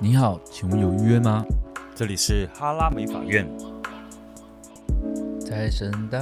你好，请问有预约吗？ 这里是哈拉美法院。 财神到，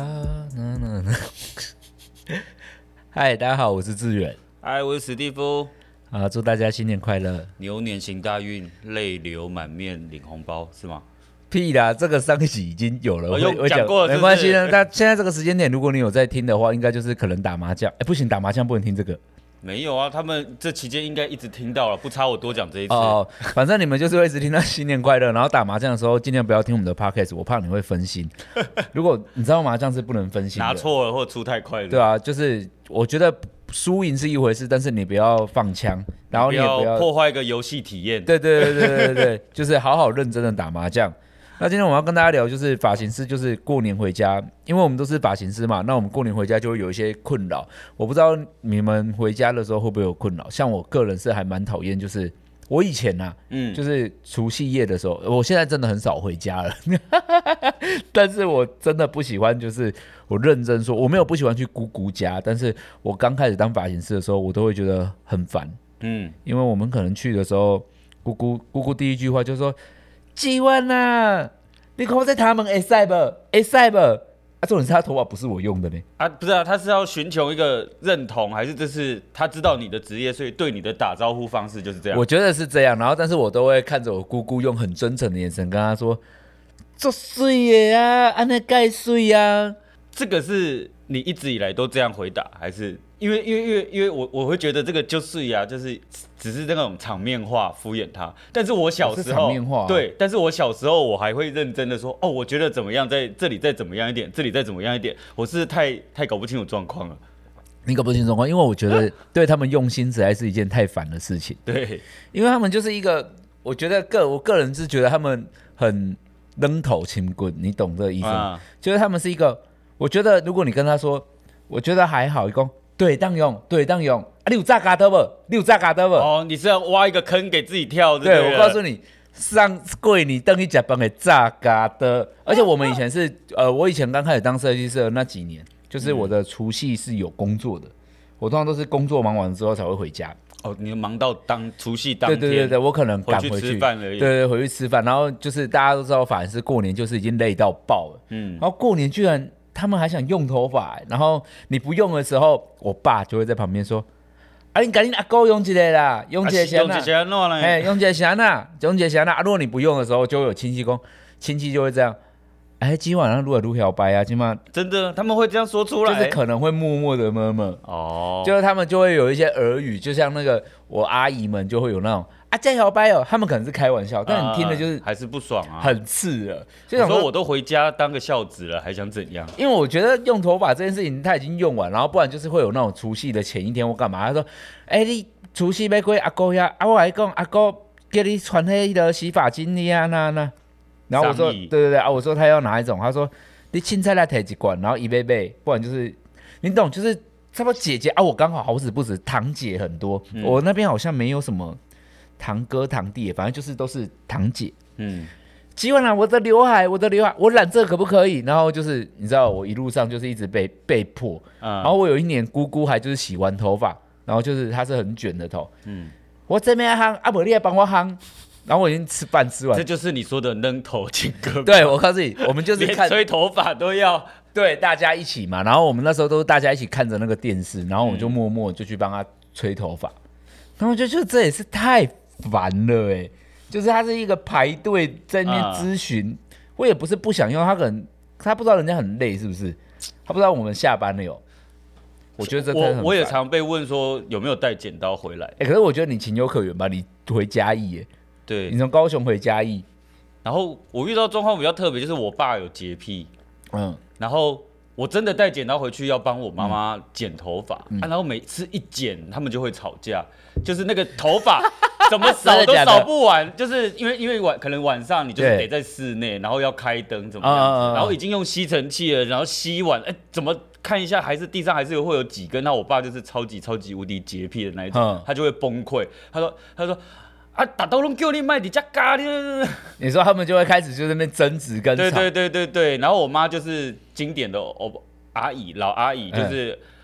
嗨，大家好，我是志远。 嗨，我是史蒂夫。 祝大家新年快乐！ 牛年行大运，泪流满面领红包，是吗？ 屁啦，这个上一集已经有了， 我讲过了， 没关系的。那现在这个时间点，如果你有在听的话，应该就是可能打麻将。不行，打麻将不能听这个。 没有啊，他们这期间应该一直听到了，不差我多讲这一次。 反正你们就是会一直听到新年快乐，然后打麻将的时候尽量不要听我们的 podcast， 我怕你会分心。如果你知道麻将是不能分心的， 拿错了或出太快了。 对啊，就是我觉得输赢是一回事，但是你不要放枪，然后你也不要破坏一个游戏体验。 对，就是好好认真的打麻将。那今天我要跟大家聊，就是发型师，就是过年回家，因为我们都是发型师嘛，那我们过年回家就会有一些困扰。我不知道你们回家的时候会不会有困扰？像我个人是还蛮讨厌，就是我以前就是除夕夜的时候，我现在真的很少回家了，但是我真的不喜欢，就是我认真说，我没有不喜欢去姑姑家，但是我刚开始当发型师的时候，我都会觉得很烦，因为我们可能去的时候，姑姑第一句话就说。基万啊，你看我在他们会使不？会使不？重点是他头发不是我用的呢。 不是啊，他是要寻求一个认同，还是这是他知道你的职业，所以对你的打招呼方式就是这样？ 我觉得是这样，然后但是我都会看着我姑姑，用很真诚的眼神跟他说：“做水的啊，安那盖水啊。” 这个是你一直以来都这样回答，还是因为我会觉得这个就是呀，就是只是那种场面话敷衍他。但是我小时候对，但是我小时候我还会认真的说，我觉得怎么样，在这里再怎么样一点，这里再怎么样一点，我是太搞不清楚状况了。 你搞不清楚状况，因为我觉得对他们用心实在是一件太烦的事情。 对， 因为他们就是一个，我觉得我个人是觉得他们很扔头轻棍，你懂这个意思吗？就是他们是一个。我觉得，如果你跟他说，我觉得还好，一共对当用，你有炸嘎的不？ 你是要挖一个坑给自己跳？ 对，我告诉你，上柜你等于假帮给炸嘎的。而且我们以前是，我以前刚开始当设计师的那几年，就是我的除夕是有工作的，我通常都是工作忙完之后才会回家。 你忙到除夕当天？ 对，我可能赶回去吃饭而已。 对，回去吃饭，然后就是大家都知道，反正是过年就是已经累到爆了。然后过年居然。他们还想用头发，然后你不用的时候，我爸就会在旁边说：“你赶紧阿哥用一个啦，用一个先啦，用一个先啦，如果你不用的时候，就会有亲戚就会这样，今晚上如何如何白啊，今晚真的他们会这样说出来， 就是可能会默默的就是他们就会有一些耳语，就像那个我阿姨们就会有那种。加摇摆他们可能是开玩笑，但你听的就是还是不爽啊， 很刺耳。 就想说我都回家当个孝子了，还想怎样？ 因为我觉得用头发这件事情他已经用完，然后不然就是会有那种除夕的前一天或干嘛。他说：“你除夕要过阿哥呀？我来讲，阿哥叫你穿黑的洗发精你啊那。”然后我说：“对我说他要哪一种？他说：“你凊彩来提一罐，然后一杯杯，不然就是你懂，就是差不多姐姐我刚好好死不死堂姐很多，我那边好像没有什么。”堂哥堂弟，反正就是都是堂姐。基本上我的刘海，我染这可不可以？然后就是你知道，我一路上就是一直被迫。然后我有一年姑姑还就是洗完头发，然后就是她是很卷的头。我这边夯，不你来帮我夯。然后我已经吃完， 这就是你说的扔头情歌。 对，我告诉你，我们就是看吹头发都要对大家一起嘛。然后我们那时候都是大家一起看着那个电视，然后我们就默默就去帮他吹头发。然后我就觉得这也是太烦了就是他是一个排队在那边咨询，我也不是不想用，他不知道人家很累是不是？他不知道我们下班了有。我觉得这真的很烦。 我也常被问说有没有带剪刀回来。 可是我觉得你情有可原吧，你回嘉义对， 你从高雄回嘉义， 然后我遇到状况比较特别，就是我爸有洁癖，然后我真的带剪刀回去要帮我妈妈剪头发，然后每次一剪他们就会吵架，就是那个头发怎么扫都扫不完，就是因为可能晚上你就是得在室内，然后要开灯怎么样子，然后已经用吸尘器了，然后吸完，怎么看一下还是地上还是会有几根，那我爸就是超级无敌洁癖的那一种，他就会崩溃，他说。大家都叫你卖你家咖喱， 你说他们就会开始就在那边争执跟吵。 对，然后我妈就是经典的阿姨，老阿姨，就是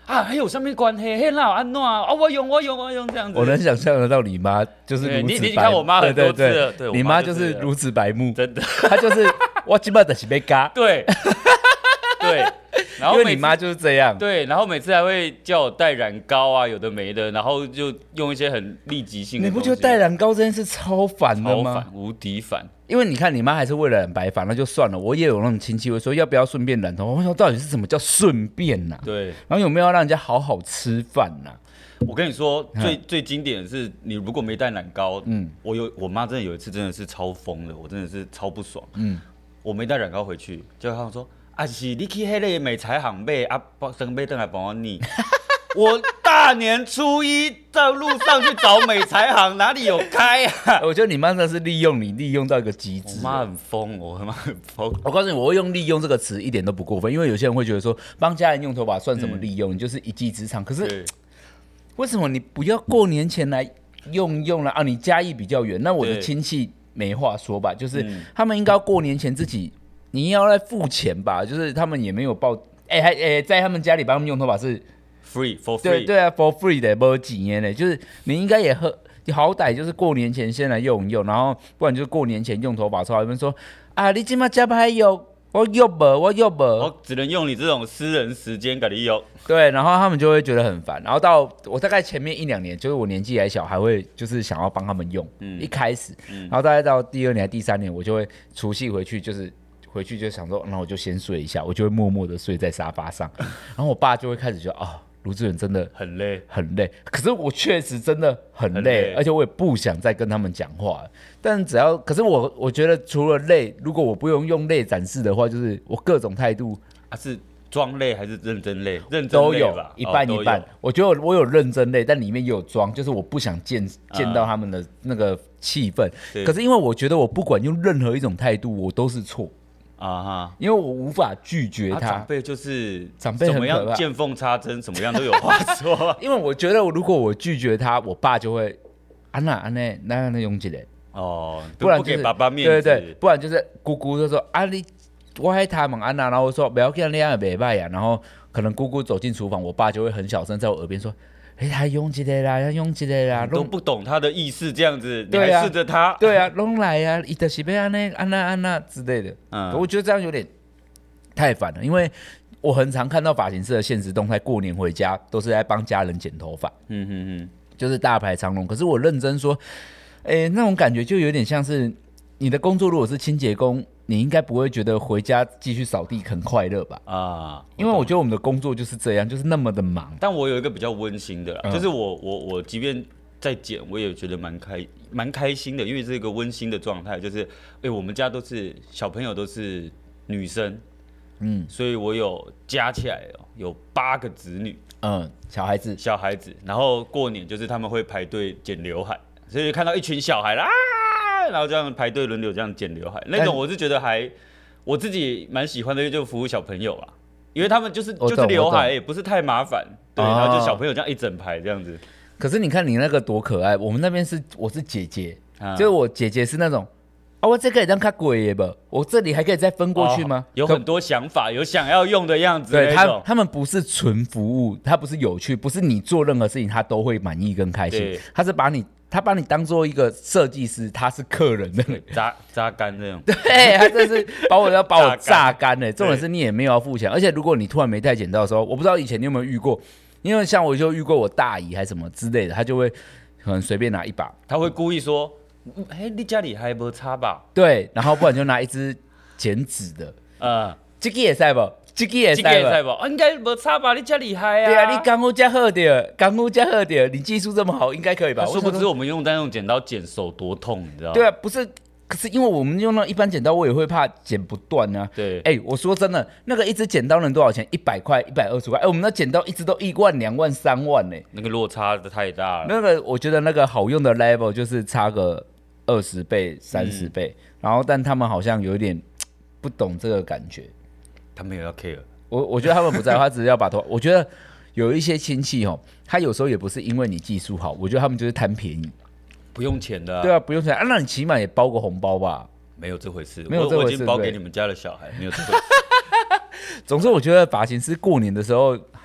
啊，还有上面关黑，黑那安诺啊，我用这样子。 我能想象得到你妈就是如此白目。 你看我妈很多次了， 对，你妈就是如此白目， 真的， 她就是我基本就是被嘎。 对，对。然后因为你妈就是这样， 对，然后每次还会叫我带染膏啊，有的没的，然后就用一些很立即性的东西。 你不觉得带染膏这件事超烦的吗？ 超烦，无敌烦。 因为你看你妈还是为了染白发，那就算了。我也有那种亲戚会说要不要顺便染头发，我说到底是什么叫顺便呐？ 对， 然后有没有要让人家好好吃饭呐？ 我跟你说，最经典的是，你如果没带染膏，我妈真的有一次真的是超疯的，我真的是超不爽。我没带染膏回去，就他说。啊是，你去迄个美材行买啊，生买回来帮我腻。我大年初一在路上去找美材行，哪里有开啊？ 我觉得你妈真的是利用你，利用到一个极致。 我妈很疯，我妈很疯。 我告诉你，我会用利用这个词一点都不过分，因为有些人会觉得说，帮家人用头发算什么利用？你就是一技之长。可是为什么你不要过年前来用了啊？你家义比较远，那我的亲戚没话说吧，就是他们应该要过年前自己。你要来付钱吧，就是他们也没有报，在他们家里帮他们用头发是 free for free， 对啊 for free 的，没几年嘞，就是你应该也好歹就是过年前先来用一用，然后不然就是过年前用头发的时候，他们说啊，你今嘛加牌用，我用不， 我只能用你这种私人时间给你用。 对，然后他们就会觉得很烦，然后到我大概前面1-2年，就是我年纪还小，还会就是想要帮他们用，一开始，然后大概到第2年、第3年，我就会除夕回去回去就想说，那我就先睡一下，我就会默默的睡在沙发上，然后我爸就会开始觉得啊，卢志远真的很累， 很累。可是我确实真的很累，而且我也不想再跟他们讲话了。但只要，可是我觉得除了累，如果我不用累展示的话，就是我各种态度是装累还是认真累？认真都有吧， 一半一半。我觉得我有认真累，但里面也有装，就是我不想见到他们的那个气氛。可是因为我觉得我不管用任何一种态度，我都是错。因为我无法拒绝他。 长辈就是长辈很可怕， 怎么样见缝插针，什么样都有话说。 因为我觉得如果我拒绝他，我爸就会那用一个不然、就是、不给爸爸面子。 对，不然就是姑姑就说我还他问然后我说不要跟那样也没呀，然后可能姑姑走进厨房，我爸就会很小声在我耳边说。他用一个啦，用一个啦， 都不懂他的意思，这样子，你还试着他？ 对啊，弄来啊，他就是要安那之类的。我觉得这样有点太烦了，因为我很常看到发型师的限时动态，过年回家都是在帮家人剪头发，就是大排长龙。可是我认真说，那种感觉就有点像是你的工作如果是清洁工。你应该不会觉得回家继续扫地很快乐吧？因为我觉得我们的工作就是这样，就是那么的忙。 但我有一个比较温馨的啦，就是我即便在剪，我也觉得蛮开心的，因为这个温馨的状态，就是我们家都是小朋友都是女生，所以我有加起来有8个子女， 小孩子， 然后过年就是他们会排队剪刘海，所以看到一群小孩啦。然后这样排队轮流这样剪刘海，那种我是觉得我自己蛮喜欢的，就服务小朋友啦，因为他们就是刘海也不是太麻烦，对，然后就小朋友这样一整排这样子。 可是你看你那个多可爱，我们那边我是姐姐，就是我姐姐是那种我这个也当卡贵吧，我这里还可以再分过去吗？ 有很多想法，有想要用的样子。 对，他们不是纯服务，他不是有趣，不是你做任何事情他都会满意跟开心，他是他把你当做一个设计师，他是客人的榨干这种。 对，他真是把我榨干了。重点是你也没有要付钱，而且如果你突然没带剪刀的时候，我不知道以前你有没有遇过，因为像我就遇过我大姨还是什么之类的，他就会可能随便拿一把， 他会故意说，你家里还没插吧？ 对，然后不然就拿一支剪纸的，这个也塞不？这个也塞不？ 应该没差吧？你真厉害啊！ 对啊，你功夫真好的，你技术这么好，应该可以吧？ 殊不知我们用单用剪刀剪手多痛，你知道吗？ 对啊，不是，可是因为我们用那一般剪刀，我也会怕剪不断啊。 对， 我说真的，那个一支剪刀能多少钱？100块、120块。我们那剪刀一直都1万、2万、3万呢。 那个落差太大了。 那个我觉得那个好用的 level 就是差个20倍、30倍，然后但他们好像有一点不懂这个感觉。 他没有要 care。 我觉得他们不在乎，他只是要把头。我觉得有一些亲戚他有时候也不是因为你技术好，我觉得他们就是贪便宜， 不用钱的。 对啊，不用钱那你起码也包个红包吧？ 没有这回事， 我已经包给你们家的小孩，没有这回事。 总之，我觉得发型师过年的时候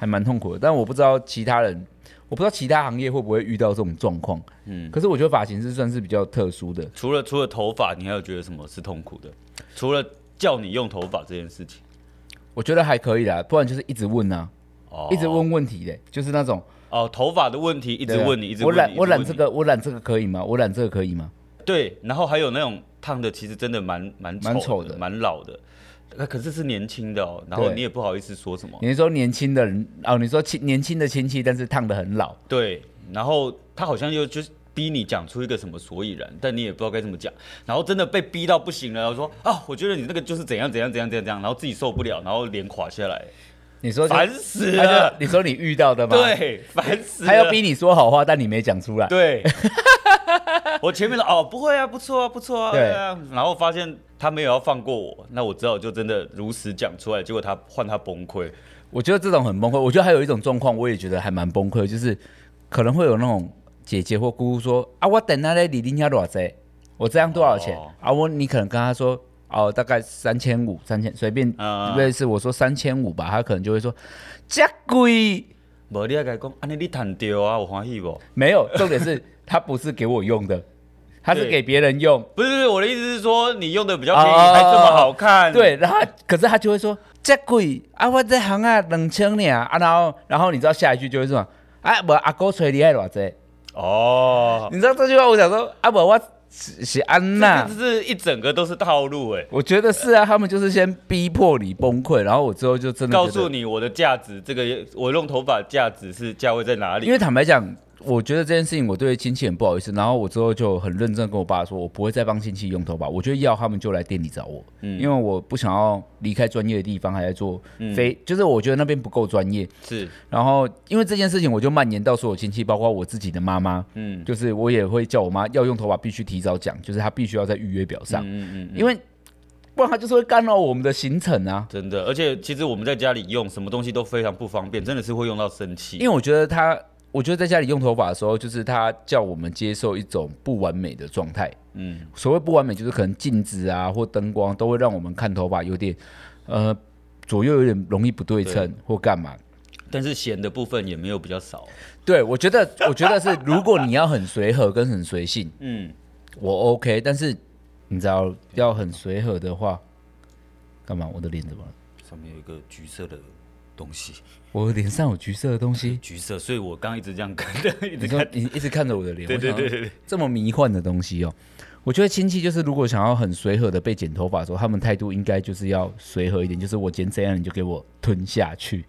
还蛮痛苦的。但我不知道其他人，我不知道其他行业会不会遇到这种状况。可是我觉得发型师算是比较特殊的。 除了头发，你还有觉得什么是痛苦的？除了叫你用头发这件事情， 我觉得还可以啦，不然就是一直问啊，一直问问题的，就是那种头发的问题一直问你，一直问你。 我染这个可以吗？我染这个可以吗？ 对，然后还有那种烫的，其实真的蛮丑的，蛮老的。可是是年轻的然后你也不好意思说什么。 你是说年轻的人你说年轻的亲戚，但是烫得很老。 对，然后他好像就是逼你讲出一个什么所以然，但你也不知道该怎么讲。然后真的被逼到不行了，我说我觉得你那个就是怎样，然后自己受不了，然后脸垮下来。 你说烦死了！ 你说你遇到的吗？ 对，烦死了。 他要逼你说好话，但你没讲出来。 对。我前面说不会啊，不错啊，对啊，然后发现他没有要放过我，那我只好就真的如实讲出来，结果他崩溃。 我觉得这种很崩溃。我觉得还有一种状况，我也觉得还蛮崩溃，就是可能会有那种姐姐或姑姑说我等下来你领下多少钱，我这样多少钱你可能跟他说大概3500随便类似我说3500吧，他可能就会说这贵。 没你要跟他说，你赚到啊，我欢喜不？ 没有，重点是他不是给我用的，他是给别人用。 不是，我的意思是说，你用的比较便宜，还这么好看。 对，然后可是他就会说这贵我这行2000呢然后你知道下一句就会说不阿哥吹你爱多少？你知道这句话我想说不我是安娜， 这是一整个都是套路我觉得是啊，他们就是先逼迫你崩溃，然后我之后就真的告诉你我的价值，这个我用头发价值是价位在哪里？ 因为坦白讲，我觉得这件事情我对亲戚很不好意思，然后我之后就很认真跟我爸说，我不会再帮亲戚用头发，我觉得要他们就来店里找我，因为我不想要离开专业的地方还在做就是我觉得那边不够专业。 是， 然后因为这件事情我就蔓延到所有亲戚，包括我自己的妈妈，就是我也会叫我妈要用头发必须提早讲，就是她必须要在预约表上，因为不然他就是会干扰我们的行程啊！ 真的，而且其实我们在家里用什么东西都非常不方便，真的是会用到生气。 因为我觉得在家里用头发的时候，就是他叫我们接受一种不完美的状态。所谓不完美，就是可能镜子啊或灯光都会让我们看头发有点左右有点容易不对称或干嘛。 但是咸的部分也没有比较少。 对，我觉得是，如果你要很随和跟很随性，我 OK， 但是你知道要很随和的话，干嘛？我的脸怎么了？ 上面有一个橘色的东西。 我脸上有橘色的东西， 橘色，所以我刚刚一直这样看的， 你一直看着我的脸， 对， 这么迷幻的东西我觉得亲戚就是如果想要很随和的被剪头发的时候，他们态度应该就是要随和一点，就是我剪怎样你就给我吞下去。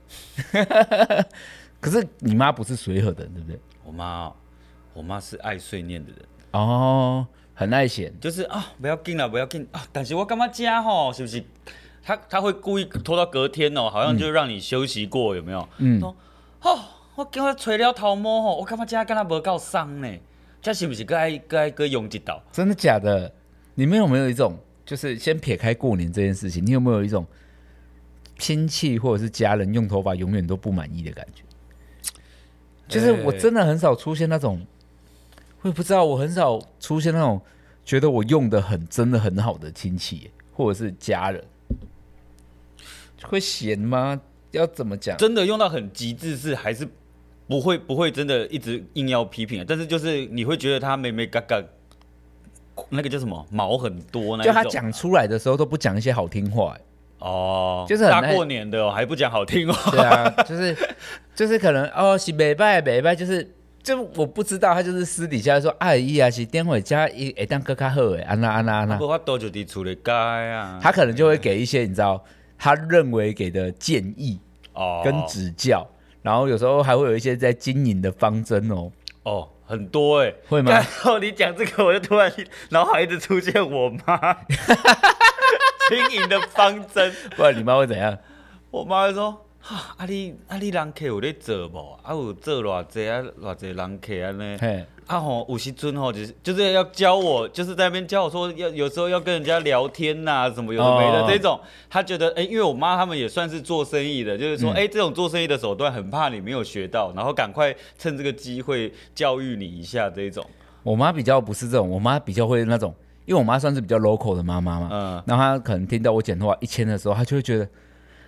可是你妈不是随和的，对不对？ 我妈是爱碎念的人很爱嫌， 就是不要紧啦，不要紧但是我感觉这是不是？他会故意拖到隔天好像就让你休息过，有没有？说我今日吹了头毛我感觉这敢若无够爽呢，这是不是该用一道？ 真的假的？你们有没有一种，就是先撇开过年这件事情，你有没有一种亲戚或者是家人用头发永远都不满意的感觉？就是我真的很少出现那种，我也不知道，我很少出现那种觉得我用的真的很好的亲戚或者是家人。会嫌吗？要怎么讲？ 真的用到很极致是还是不会真的一直硬要批评，但是就是你会觉得他妹嘎嘎，那个叫什么毛很多那一种， 就他讲出来的时候都不讲一些好听话就是大过年的还不讲好听话。 对啊，就是可能是袂歹，就我不知道，他就是私底下说伊也是电话加会当更较好的，安那。 不法度就伫厝里改啊。 他可能就会给一些你知道他认为给的建议跟指教，然后有时候还会有一些在经营的方针很多会吗？ 然后你讲这个，我就突然脑海一直出现我妈经营的方针。 不然你妈会怎样？ 我妈会说。你人客有在做无？有做偌济偌济人客安尼？有时阵就是要教我，就是在那边教我说有时候要跟人家聊天呐，什么有的没的这种。他觉得因为我妈他们也算是做生意的，就是说这种做生意的手段很怕你没有学到，然后赶快趁这个机会教育你一下这种。 我妈比较不是这种，我妈比较会那种，因为我妈算是比较 local 的妈妈嘛，然后她可能听到我剪头发1000的时候，她就会觉得。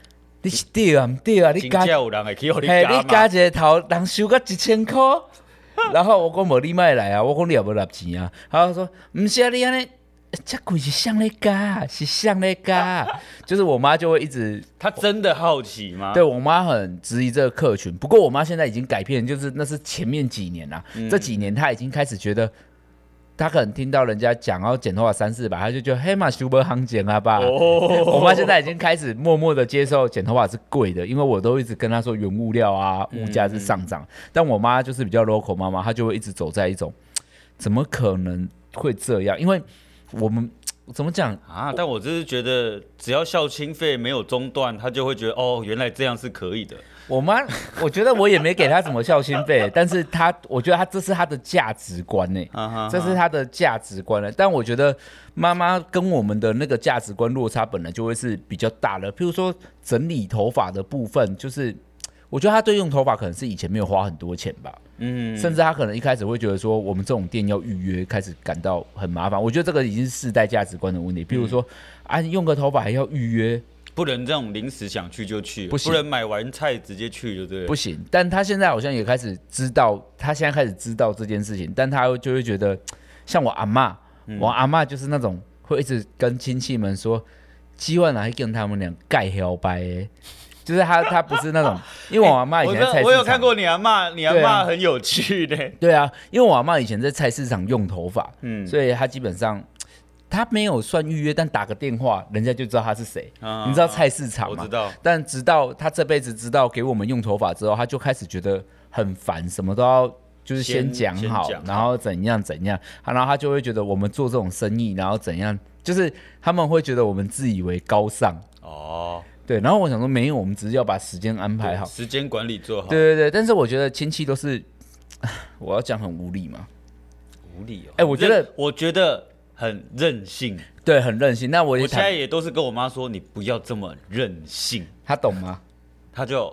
你是对啊，唔对啊？你加， 有人会去互你嘿， 加吗？ 你加一个头，人收个1000块。然后我讲无你莫来啊，我讲你也无拿钱啊。他说唔是啊，你安尼。这贵是上咧加，是上咧加，就是我妈就会一直， 她真的好奇吗？ 对我妈很质疑这个客群，不过我妈现在已经改变，就是那是前面几年啦，这几年她已经开始觉得，她可能听到人家讲要剪头发300-400，她就觉得嘿嘛修不行剪啊吧。我妈现在已经开始默默的接受剪头发是贵的，因为我都一直跟她说原物料啊，物价是上涨，但我妈就是比较 local 妈妈，她就会一直走在一种，怎么可能会这样？因为我们怎么讲啊？但我就是觉得，只要孝亲费没有中断，他就会觉得哦，原来这样是可以的。 我妈，我觉得我也没给她什么孝心费，但是我觉得这是她的价值观呢，这是她的价值观呢。但我觉得妈妈跟我们的那个价值观落差本来就会是比较大的。譬如说整理头发的部分，就是我觉得她对用头发可能是以前没有花很多钱吧。甚至他可能一开始会觉得说，我们这种店要预约，开始感到很麻烦。我觉得这个已经是世代价值观的问题。比如说，用个头发还要预约， 不能这种临时想去就去， 不能买完菜直接去，对不对？ 不行。但他现在好像也开始知道，他现在开始知道这件事情，但他就会觉得，像我阿嬷，我阿嬷就是那种会一直跟亲戚们说，希望来跟他们俩盖黑白的。就是他不是那种，因为我阿嬷以前在菜市场， 我有看过你阿嬷很有趣的。 对啊，因为我阿嬷以前在菜市场用头发，所以他基本上他没有算预约，但打个电话，人家就知道他是谁。你知道菜市场吗？ 我知道。但直到他这辈子知道给我们用头发之后，他就开始觉得很烦，什么都要就是先讲好，然后怎样怎样，然后他就会觉得我们做这种生意，然后怎样，就是他们会觉得我们自以为高尚。哦。对，然后我想说没有，我们只是要把时间安排好， 时间管理做好。 对对对，但是我觉得亲戚都是，我要讲很无理嘛， 无理哦。我觉得很任性， 对，很任性。那我现在也都是跟我妈说，你不要这么任性。 她懂吗？ 她就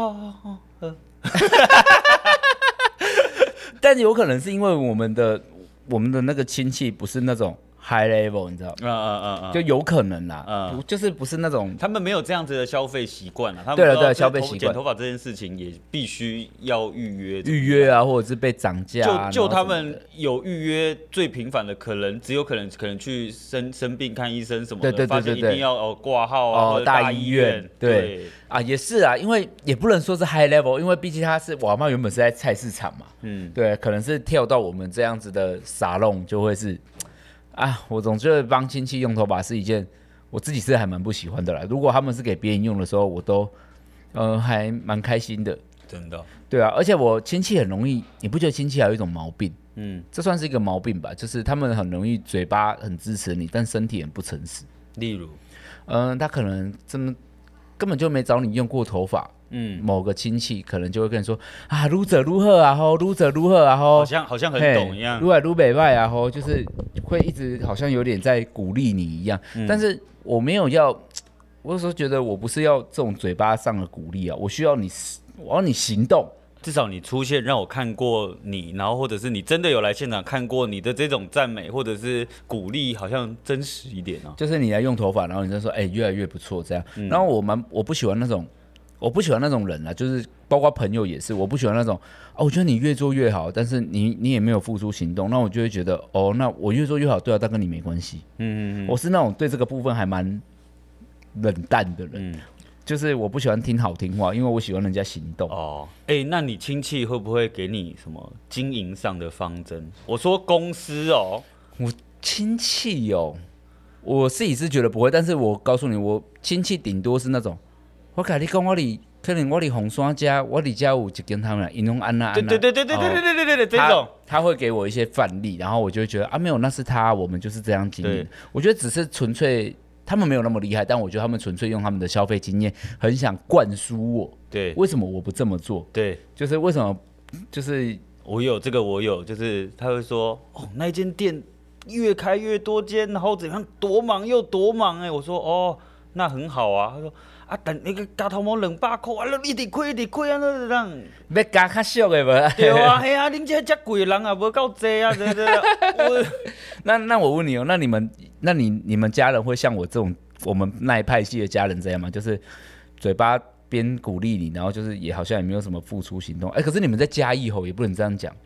但有可能是因为我们的那个亲戚不是那种。high level， 你知道？就有可能啦，就是不是那种， 他们没有这样子的消费习惯啦。他们对消费习惯， 剪头发这件事情也必须要预约啊，或者是被涨价。 就他们有预约最频繁的，可能去生病看医生什么的，对，发现一定要挂号啊，或者大医院。对啊，也是啊，因为也不能说是 high level， 因为毕竟我阿嬷原本是在菜市场嘛，对，可能是跳到我们这样子的沙龙就会是。我总觉得帮亲戚用头发是一件我自己是还蛮不喜欢的啦。如果他们是给别人用的时候，我都还蛮开心的。 真的。对啊，而且我亲戚很容易，你不觉得亲戚还有一种毛病？这算是一个毛病吧，就是他们很容易嘴巴很支持你，但身体很不诚实。 例如， 他可能根本就没找你用过头发。某个亲戚可能就会跟你说愈者愈好啊，愈者愈好啊， 好像很懂一样， 愈来愈美败啊，就是会一直好像有点在鼓励你一样。但是我没有要，我有时候觉得我不是要这种嘴巴上的鼓励啊，我要你行动。 至少你出现让我看过你，然后或者是你真的有来现场看过你的这种赞美或者是鼓励，好像真实一点哦。 就是你来用头发，然后你就说越来越不错这样。然后我不喜欢那种。我不喜欢那种人啊，就是包括朋友也是，我不喜欢那种我觉得你越做越好，但是你也没有付出行动，那我就会觉得那我越做越好，对啊，但跟你没关系。我是那种对这个部分还蛮冷淡的人，就是我不喜欢听好听话，因为我喜欢人家行动。 那你亲戚会不会给你什么经营上的方针？我说公司我亲戚我自己是觉得不会，但是我告诉你，我亲戚顶多是那种。我跟你讲，可能我伫红山家，我伫家有一间他们，因拢安那。 对，这种他会给我一些范例，然后我就会觉得没有，那是他，我们就是这样经营。我觉得只是纯粹，他们没有那么厉害，但我觉得他们纯粹用他们的消费经验，很想灌输我。 对， 为什么我不这么做？ 对， 就是为什么？就是我有，就是他会说，那一间店越开越多间，然后怎样多忙又多忙我说那很好啊。他说。但那个加头毛200块，你得亏啊，那样。 要加较俗的无？ 对啊，嘿啊，恁这贵人啊，无够济啊，对。 那我问你那你们家人会像我这种我们那一派系的家人这样吗？就是嘴巴边鼓励你，然后就是也好像也没有什么付出行动。可是你们在嘉义吼也不能这样讲。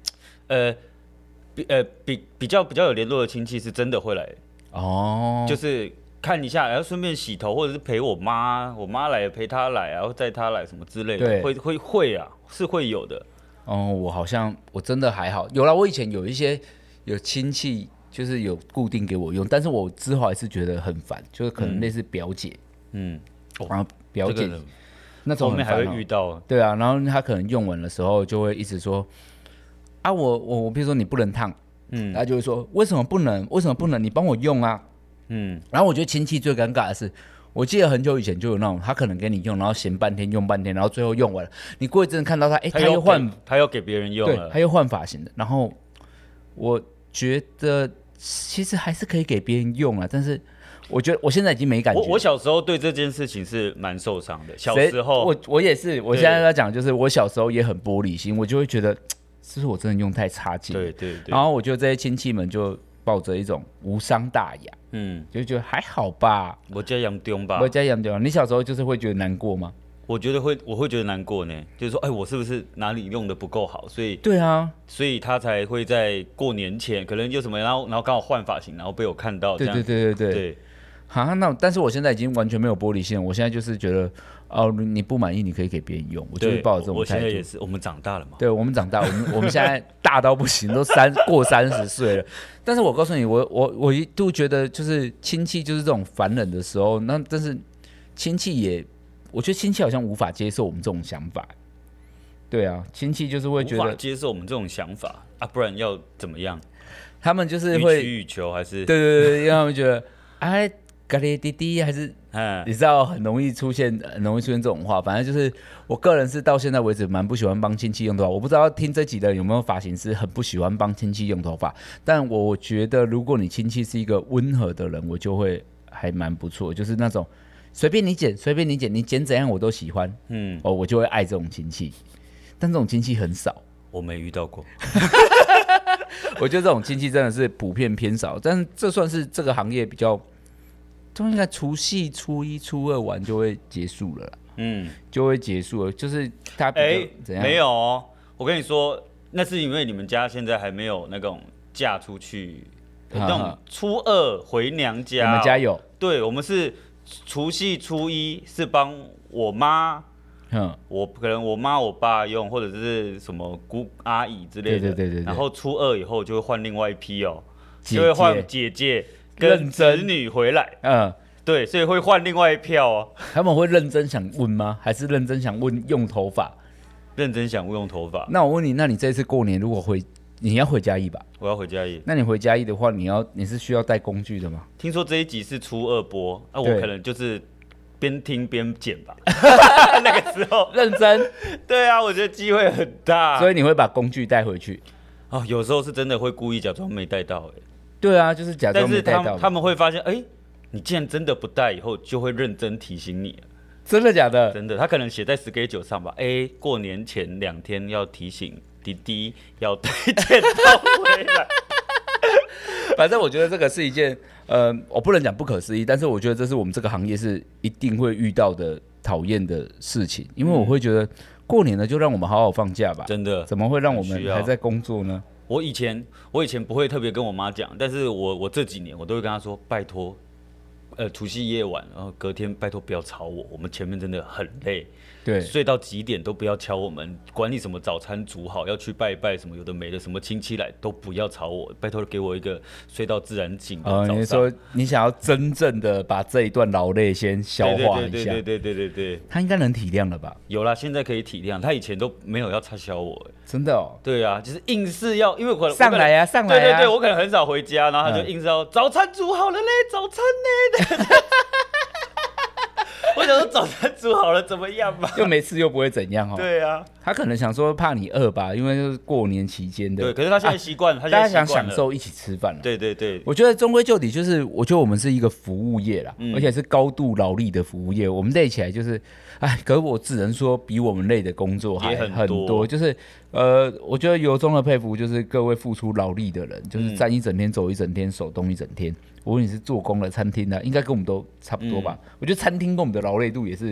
比较有联络的亲戚是真的会来哦， 就是看一下，然后顺便洗头，或者是陪我妈来陪她来，然后载她来什么之类的，会啊，是会有的。 哦，我真的还好，有啦，我以前有亲戚就是有固定给我用，但是我之后还是觉得很烦，就是可能类似表姐，然后表姐、那种后面还会遇到， 对啊，然后他可能用完的时候就会一直说啊，我比如说你不能烫，他就会说为什么不能？为什么不能？你帮我用啊，然后我觉得亲戚最尴尬的是。我记得很久以前就有那种，他可能给你用，然后嫌半天用半天，然后最后用完了，你过一阵看到他，他又换， 他又给别人用了， 对，他又换发型的。然后我觉得其实还是可以给别人用啊，但是我觉得我现在已经没感觉。 我小时候对这件事情是蛮受伤的，小时候我也是，我现在在讲就是我小时候也很玻璃心，我就会觉得是不是我真的用太差劲？ 对。 然后我觉得这些亲戚们就抱着一种无伤大雅。就觉得还好吧， 我家养丢吧， 我家养丢。你小时候就是会觉得难过吗？ 我觉得我会觉得难过呢，就是说，我是不是哪里用的不够好，所以对啊， 所以他才会在过年前可能就什么，然后刚好换发型，然后被我看到，对。 好，那但是我现在已经完全没有玻璃心了，我现在就是觉得，你不满意你可以给别人用，我就会抱着这种态度。 我现在也是，我们长大了嘛。 对，我们长大，我们现在大到不行，都过30岁了。但是我告诉你，我一度觉得就是亲戚就是这种烦人的时候，那但是亲戚我觉得亲戚好像无法接受我们这种想法。对啊，亲戚就是会觉得无法接受我们这种想法啊，不然要怎么样？ 他们就是会予取予求，还是对，因为他们觉得咖喱弟弟还是你知道很容易出现这种话，反正就是我个人是到现在为止蛮不喜欢帮亲戚用头发。我不知道听这集的有没有发型师很不喜欢帮亲戚用头发，但我觉得如果你亲戚是一个温和的人，我就会还蛮不错，就是那种随便你剪，你剪怎样我都喜欢，我就会爱这种亲戚。但这种亲戚很少， 我没遇到过。 我觉得这种亲戚真的是普遍偏少，但是这算是这个行业比较。都应该除夕、初一、初二完就会结束了啦，就会结束了。就是他怎样？ 没有哦，我跟你说，那是因为你们家现在还没有那种嫁出去，那种初二回娘家。 我们家有， 对，我们是除夕、初一是帮我妈，可能我妈我爸用，或者是什么姑阿姨之类的， 对。 然后初二以后就会换另外一批哦，就会换姐姐。跟子女回来，对，所以会换另外一票哦。 他们会认真想问吗？还是认真想问用头发？ 认真想用头发。 那我问你，那你这次过年如果你要回嘉义吧？ 我要回嘉义。 那你回嘉义的话，你是需要带工具的吗？ 听说这一集是初二播，我可能就是边听边剪吧。那个时候认真。 对啊，我觉得机会很大。 所以你会把工具带回去？ 有时候是真的会故意假装没带到。 对啊，就是假装没带到。 但是他们会发现，你既然真的不带，以后就会认真提醒你。 真的假的？ 真的，他可能写在 schedule 上吧。过年前2天要提醒弟弟要带剪刀回来。 反正我觉得这个是一件，我不能讲不可思议，但是我觉得这是我们这个行业是一定会遇到的讨厌的事情，因为我会觉得过年了就让我们好好放假吧。 真的， 怎么会让我们还在工作呢？ 我以前不会特别跟我妈讲，但是我这几年我都会跟她说，拜托，除夕夜晚，然后隔天拜托不要吵我们前面真的很累，对，睡到几点都不要敲我们，管你什么早餐煮好要去拜拜什么有的没的，什么亲戚来都不要吵我，拜托给我一个睡到自然醒的早上。你说你想要真正的把这一段劳累先消化一下， 对， 他应该能体谅了吧？ 有啦，现在可以体谅，他以前都没有要插销我。 真的哦， 对啊，就是硬是要，因为我上来啊， 对，我可能很少回家，然后他就硬是要早餐煮好了嘞，早餐嘞。我想说早餐煮好了怎么样吧？ 又没吃又不会怎样哦。 对啊， 他可能想说怕你饿吧，因为就是过年期间的。 对，可是他现在习惯了， 大家想享受一起吃饭了。 对， 我觉得终归就底就是，我觉得我们是一个服务业啦，而且是高度劳力的服务业。我们累起来就是，可是我只能说比我们累的工作还很多。就是我觉得由衷的佩服，就是各位付出劳力的人，就是站一整天、走一整天、手动一整天。无论你是做工的、餐厅的，应该跟我们都差不多吧？我觉得餐厅跟我们的劳累度也是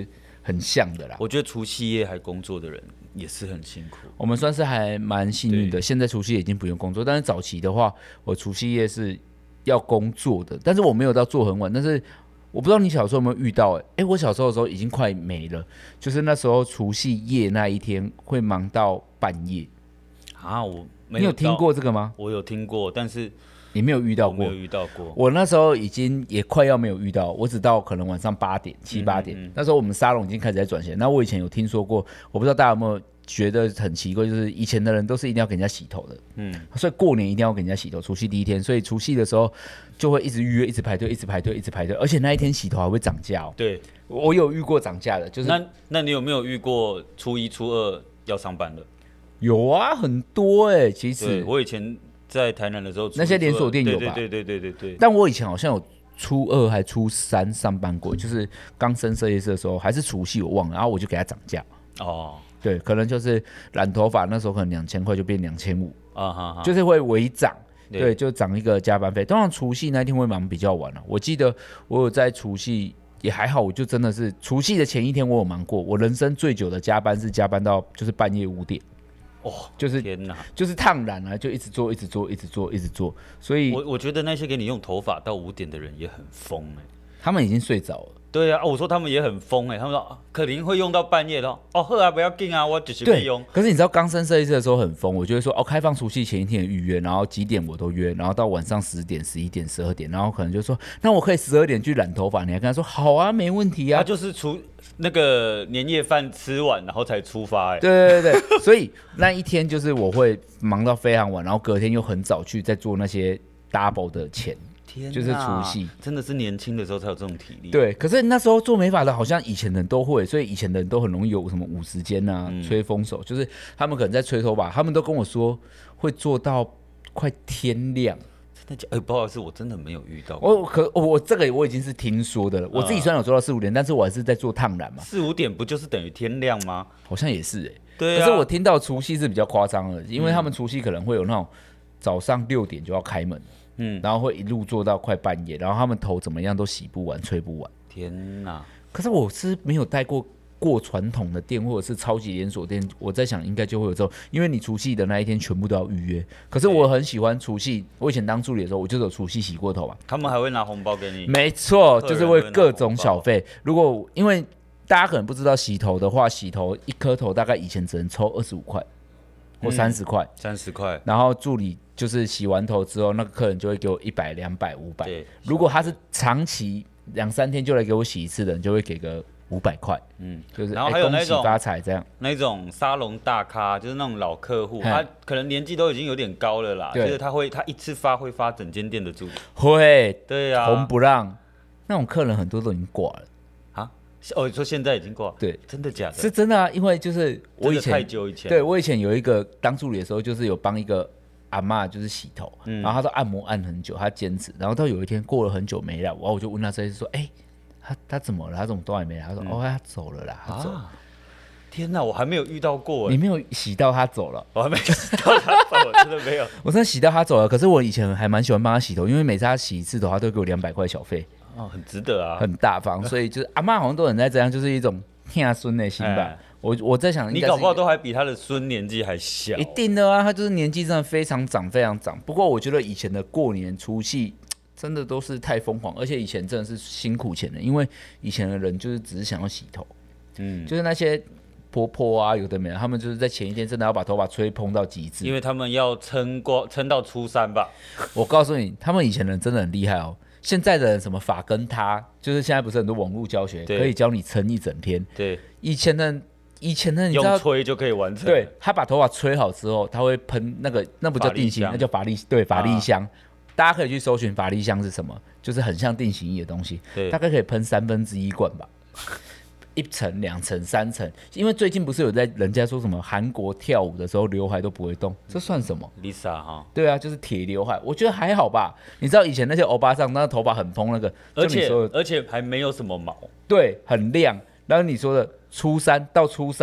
很像的啦。 我觉得除夕夜还工作的人也是很辛苦。 我们算是还蛮幸运的，现在除夕夜已经不用工作，但是早期的话，我除夕夜是要工作的，但是我没有到做很晚。但是我不知道你小时候有没有遇到、我小时候的时候已经快没了，就是那时候除夕夜那一天会忙到半夜啊。你有听过这个吗？ 我有听过，但是你没有遇到过。 我没有遇到过。 我那时候已经也快要没有遇到，我只到可能晚上8点、7、8点。那时候我们沙龙已经开始在转型。那我以前有听说过，我不知道大家有没有觉得很奇怪，就是以前的人都是一定要给人家洗头的，所以过年一定要给人家洗头，除夕第一天，所以除夕的时候就会一直预约，一直排队，一直排队，一直排队，而且那一天洗头还会涨价哦。 对， 我有遇过涨价的，就是那你有没有遇过初一、初二要上班的？ 有啊，很多其实我以前在台南的时候， 那些连锁店有吧？ 对。 但我以前好像有初2还初3上班过，就是刚升设计师的时候，还是除夕我忘了，然后我就给他涨价。哦，对，可能就是染头发那时候可能2000块就变2500啊，就是会微涨。对，就涨一个加班费。通常除夕那天会忙比较晚了。我记得我有在除夕也还好，我就真的是除夕的前一天我有忙过。我人生最久的加班是加班到就是半夜5点。就是天哪，就是烫染啊，就一直做，一直做，一直做，一直做。所以我觉得那些给你用头发到5点的人也很疯他们已经睡着了。 对啊，我说他们也很疯他们说可能会用到半夜咯。好啊，不要紧啊，我就是会用。 可是你知道刚升设计师的时候很疯，我就会说开放除夕前一天的预约，然后几点我都约，然后到晚上10点、11点、12点，然后可能就说那我可以12点去染头发，你还跟他说好啊，没问题啊。 他就是那个年夜饭吃完然后才出发对，所以那一天就是我会忙到非常晚，然后隔天又很早去再做那些 double 的钱。就是除夕， 真的是年轻的时候才有这种体力。 对，可是那时候做美发的，好像以前人都会，所以以前的人都很容易有什么50间啊、吹风手，就是他们可能在吹头发，他们都跟我说会做到快天亮。 真的不好意思，我真的没有遇到过。 我这个我已经是听说的了。我自己虽然有做到4、5点，但是我还是在做烫染嘛。 4、5点不就是等于天亮吗？ 好像也是对啊。 可是我听到除夕是比较夸张的，因为他们除夕可能会有那种早上6点就要开门。然后会一路做到快半夜，然后他们头怎么样都洗不完、吹不完。 天哪！ 可是我是没有带过传统的店或者是超级连锁店，我在想应该就会有这种，因为你除夕的那一天全部都要预约。可是我很喜欢除夕，我以前当助理的时候，我就有除夕洗过头啊。 他们还会拿红包给你？ 没错，就是为各种小费。如果因为大家可能不知道洗头的话，洗头一颗头大概以前只能抽25块或30块 ，30块。 然后助理就是洗完头之后，那个客人就会给我100、200、500。如果他是长期2、3天就来给我洗一次的人，就会给个500块。就是然后还有那种恭喜发财这样。 那种沙龙大咖，就是那种老客户，他可能年纪都已经有点高了啦，就是他一次会发整间店的助理。 会， 对啊， 红不让。那种客人很多都已经挂了。 你说现在已经挂？对，真的假的？ 是真的啊，因为就是我以前太久以前， 对我以前有一个当助理的时候，就是有帮一个阿嬷就是洗头，然后他说按摩按很久，他坚持，然后到有一天过了很久没来，然后我就问他设计师说，他怎么了？他怎么都还没来？他说他走了啦，他走了。 天哪，我还没有遇到过。 你没有洗到他走了？ 我还没洗到他走，我真的没有。 我真的洗到他走了，可是我以前还蛮喜欢帮他洗头，因为每次他洗一次头，他都给我200块小费。 很值得啊， 很大方，所以就是阿嬷好像都很在这样，就是一种疼孙的心吧。我在想， 你搞不好都还比他的孙年纪还小。 一定的啊，他就是年纪真的非常长，非常长。不过我觉得以前的过年除夕真的都是太疯狂，而且以前真的是辛苦钱的，因为以前的人就是只是想要洗头，就是那些婆婆啊，有的没有，他们就是在前一天真的要把头发吹蓬到极致， 因为他们要撑到初3吧。 我告诉你，他们以前的人真的很厉害哦。现在的人什么发根塌，就是现在不是很多网络教学可以教你撑一整天。 对， 以前的你知道用吹就可以完成。 对，他把头发吹好之后，他会喷那不叫定型，那叫法力。对，法力香。大家可以去搜寻法力香是什么，就是很像定型液的东西，大概可以喷1/3罐吧。1层、2层、3层，因为最近不是有在人家说什么韩国跳舞的时候刘海都不会动，这算什么 ？Lisa 哈， 对啊，就是铁刘海，我觉得还好吧。你知道以前那些欧巴桑，那头发很蓬那个， 而且还没有什么毛， 对，很亮。然后你说的初3到初3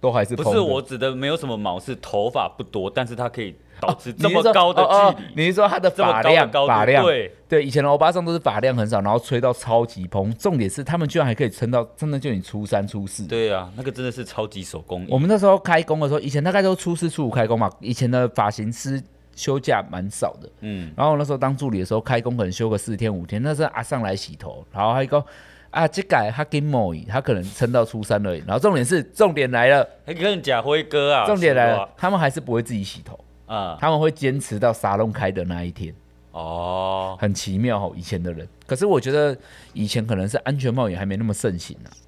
都还是蓬的。 不是我指的没有什么毛，是头发不多，但是它可以保持这么高的距离。 你是说它的发量？发量对， 以前的欧巴桑都是发量很少，然后吹到超级蓬。重点是他们居然还可以撑到真的就你初3、初4。 对啊，那个真的是超级手工艺。 我们那时候开工的时候，以前大概都初4、初5开工嘛。以前的发型师休假蛮少的，然后那时候当助理的时候，开工可能休个4天5天。那时候阿上来洗头，然后他讲啊，这改他跟某他可能撑到初3而已。然后重点来了， 还跟假辉哥啊， 重点来了，他们还是不会自己洗头啊，他们会坚持到沙龙开的那一天。哦，很奇妙哦，以前的人。可是我觉得以前可能是安全帽也还没那么盛行啊。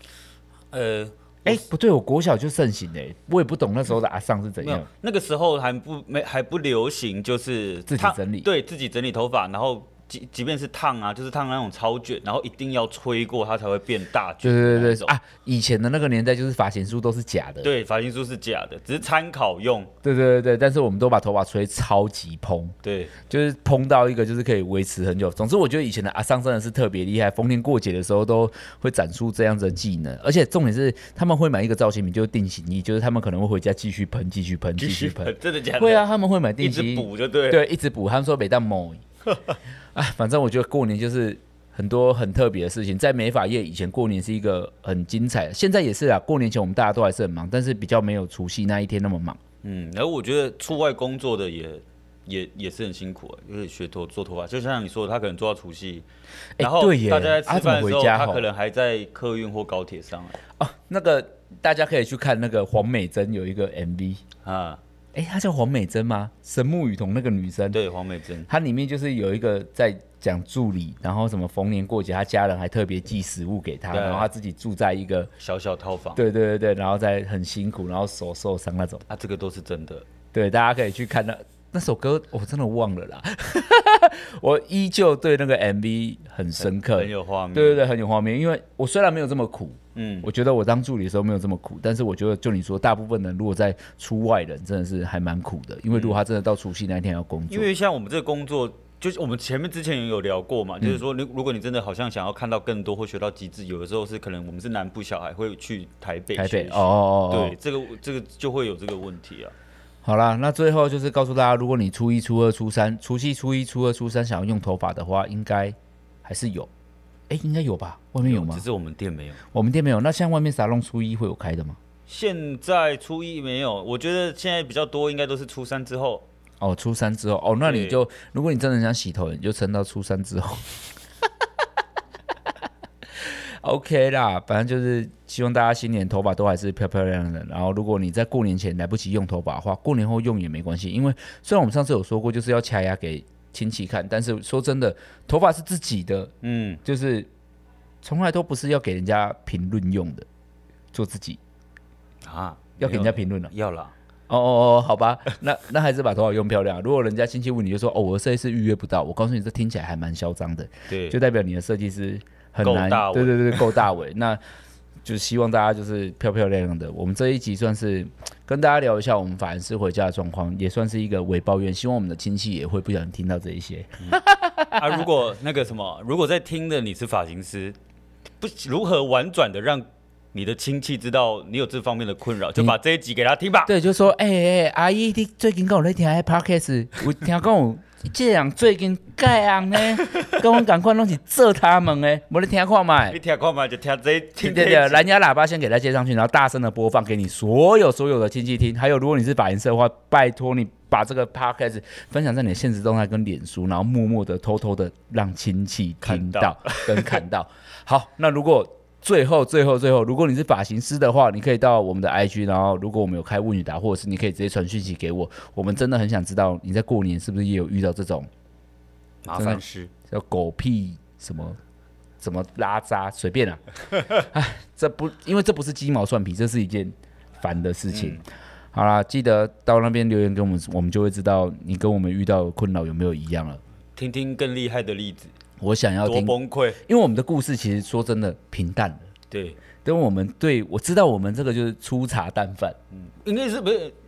不对，我国小就盛行哎，我也不懂那时候的阿桑是怎样。 那个时候还不流行，就是自己整理， 对自己整理头发，然后即便是烫啊，就是烫那种超卷，然后一定要吹过它才会变大卷。 对啊，以前的那个年代就是发型梳都是假的。 对，发型梳是假的，只是参考用。 对，但是我们都把头发吹超级蓬。 对， 就是蓬到一个就是可以维持很久。总之，我觉得以前的阿桑真的是特别厉害，逢年过节的时候都会展出这样子的技能，而且重点是他们会买一个造型品，就是定型衣，就是他们可能会回家继续喷， 真的假的？ 会啊，他们会买定型衣， 一直补就对。 对，一直补。他们说每当某。反正我觉得过年就是很多很特别的事情，在美发业以前过年是一个很精彩的，现在也是啊。过年前我们大家都还是很忙，但是比较没有除夕那一天那么忙。 然后我觉得出外工作的也是很辛苦，因为做头发，就像你说的，他可能做到除夕，然后大家在吃饭的时候，他可能还在客运或高铁上。 那个大家可以去看那个黄美珍有一个 MV 啊。她叫黄美珍吗？神木雨桐那个女生， 对，黄美珍， 她里面就是有一个在讲助理，然后什么逢年过节，她家人还特别寄食物给她，然后她自己住在一个小套房， 对，然后再很辛苦，然后手受伤那种。 这个都是真的。 对，大家可以去看那首歌，我真的忘了啦。我依旧对那个 MV 很深刻， 很有画面。 对，很有画面。因为我虽然没有这么苦，我觉得我当助理的时候没有这么苦，但是我觉得就你说，大部分人如果在出外人，真的是还蛮苦的。因为如果他真的到除夕那一天要工作， 因为像我们这个工作，就是我们之前也有聊过嘛，就是说如果你真的好像想要看到更多或学到极致，有的时候是可能我们是南部小孩会去台北对，这个就会有这个问题啊。 好啦，那最后就是告诉大家，如果你初1、初2、初3，除夕、初1、初2、初3想要用头发的话，应该还是有。应该有吧？外面有吗？ 只是我们店没有。 我们店没有。那像外面沙龙初1会有开的吗？ 现在初1没有，我觉得现在比较多应该都是初3之后。 初3之后那你就如果你真的想洗头，你就撑到初3之后。OK 啦，反正就是希望大家新年头发都还是漂漂亮亮的。然后，如果你在过年前来不及用头发的话，过年后用也没关系。因为虽然我们上次有说过，就是要掐牙给亲戚看，但是说真的，头发是自己的，就是从来都不是要给人家评论用的，做自己啊，要给人家评论了， 要啦。 好吧，那还是把头发用漂亮。如果人家亲戚问你就说，我的设计师预约不到，我告诉你，这听起来还蛮嚣张的，对，就代表你的设计师很难，对，够大尾。那就希望大家就是漂漂亮亮的。我们这一集算是跟大家聊一下我们发型师回家的状况，也算是一个伪抱怨。希望我们的亲戚也会不小心听到这一些。 如果那个什么，如果在听的你是发型师，不如何婉转的让你的亲戚知道你有这方面的困扰，就把这一集给他听吧。 对，就说阿姨，你最近跟我在听那 podcast， 我听讲有这样最近盖样呢，跟我赶快拢是做他们呢，我来听看嘛。 你听看嘛，就听这听。 对，蓝牙喇叭先给它接上去，然后大声的播放给你所有的亲戚听。还有，如果你是发型师的话，拜托你把这个 podcast 分享在你的现实动态跟脸书，然后默默的、偷偷的让亲戚听到跟看到。好，那如果最后，如果你是发型师的话，你可以到我们的 IG， 然后如果我们有开问与答，或者是你可以直接传讯息给我，我们真的很想知道你在过年是不是也有遇到这种麻烦事， 叫狗屁什么拉渣随便啊，因为这不是鸡毛蒜皮，这是一件烦的事情。好啦，记得到那边留言给我们就会知道你跟我们遇到的困扰有没有一样了。 听听更厉害的例子。 我想要听多崩溃， 因为我们的故事其实说真的平淡了。 对， 因为我知道我们这个就是粗茶淡饭。 应该是不是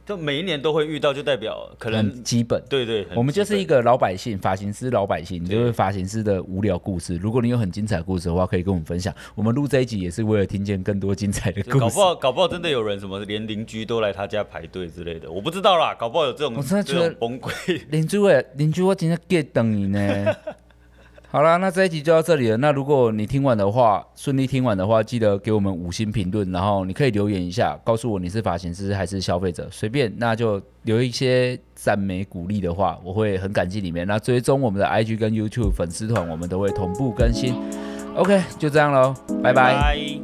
就每一年都会遇到，就代表可能很基本。 对， 我们就是一个老百姓，发型师老百姓，就是发型师的无聊故事。如果你有很精彩的故事的话，可以跟我们分享。我们录这一集也是为了听见更多精彩的故事。 搞不好真的有人什么连邻居都来他家排队之类的，我不知道啦。搞不好有这种， 我真的觉得崩溃。 邻居我今天 get 等你呢。好啦，那这一集就到这里了。那如果你听完的话，顺利听完的话，记得给我们5星评论，然后你可以留言一下，告诉我你是发型师还是消费者，随便，那就留一些赞美鼓励的话，我会很感激里面。那追踪我们的 IG 跟 YouTube 粉丝团，我们都会同步更新。OK， 就这样咯，拜拜。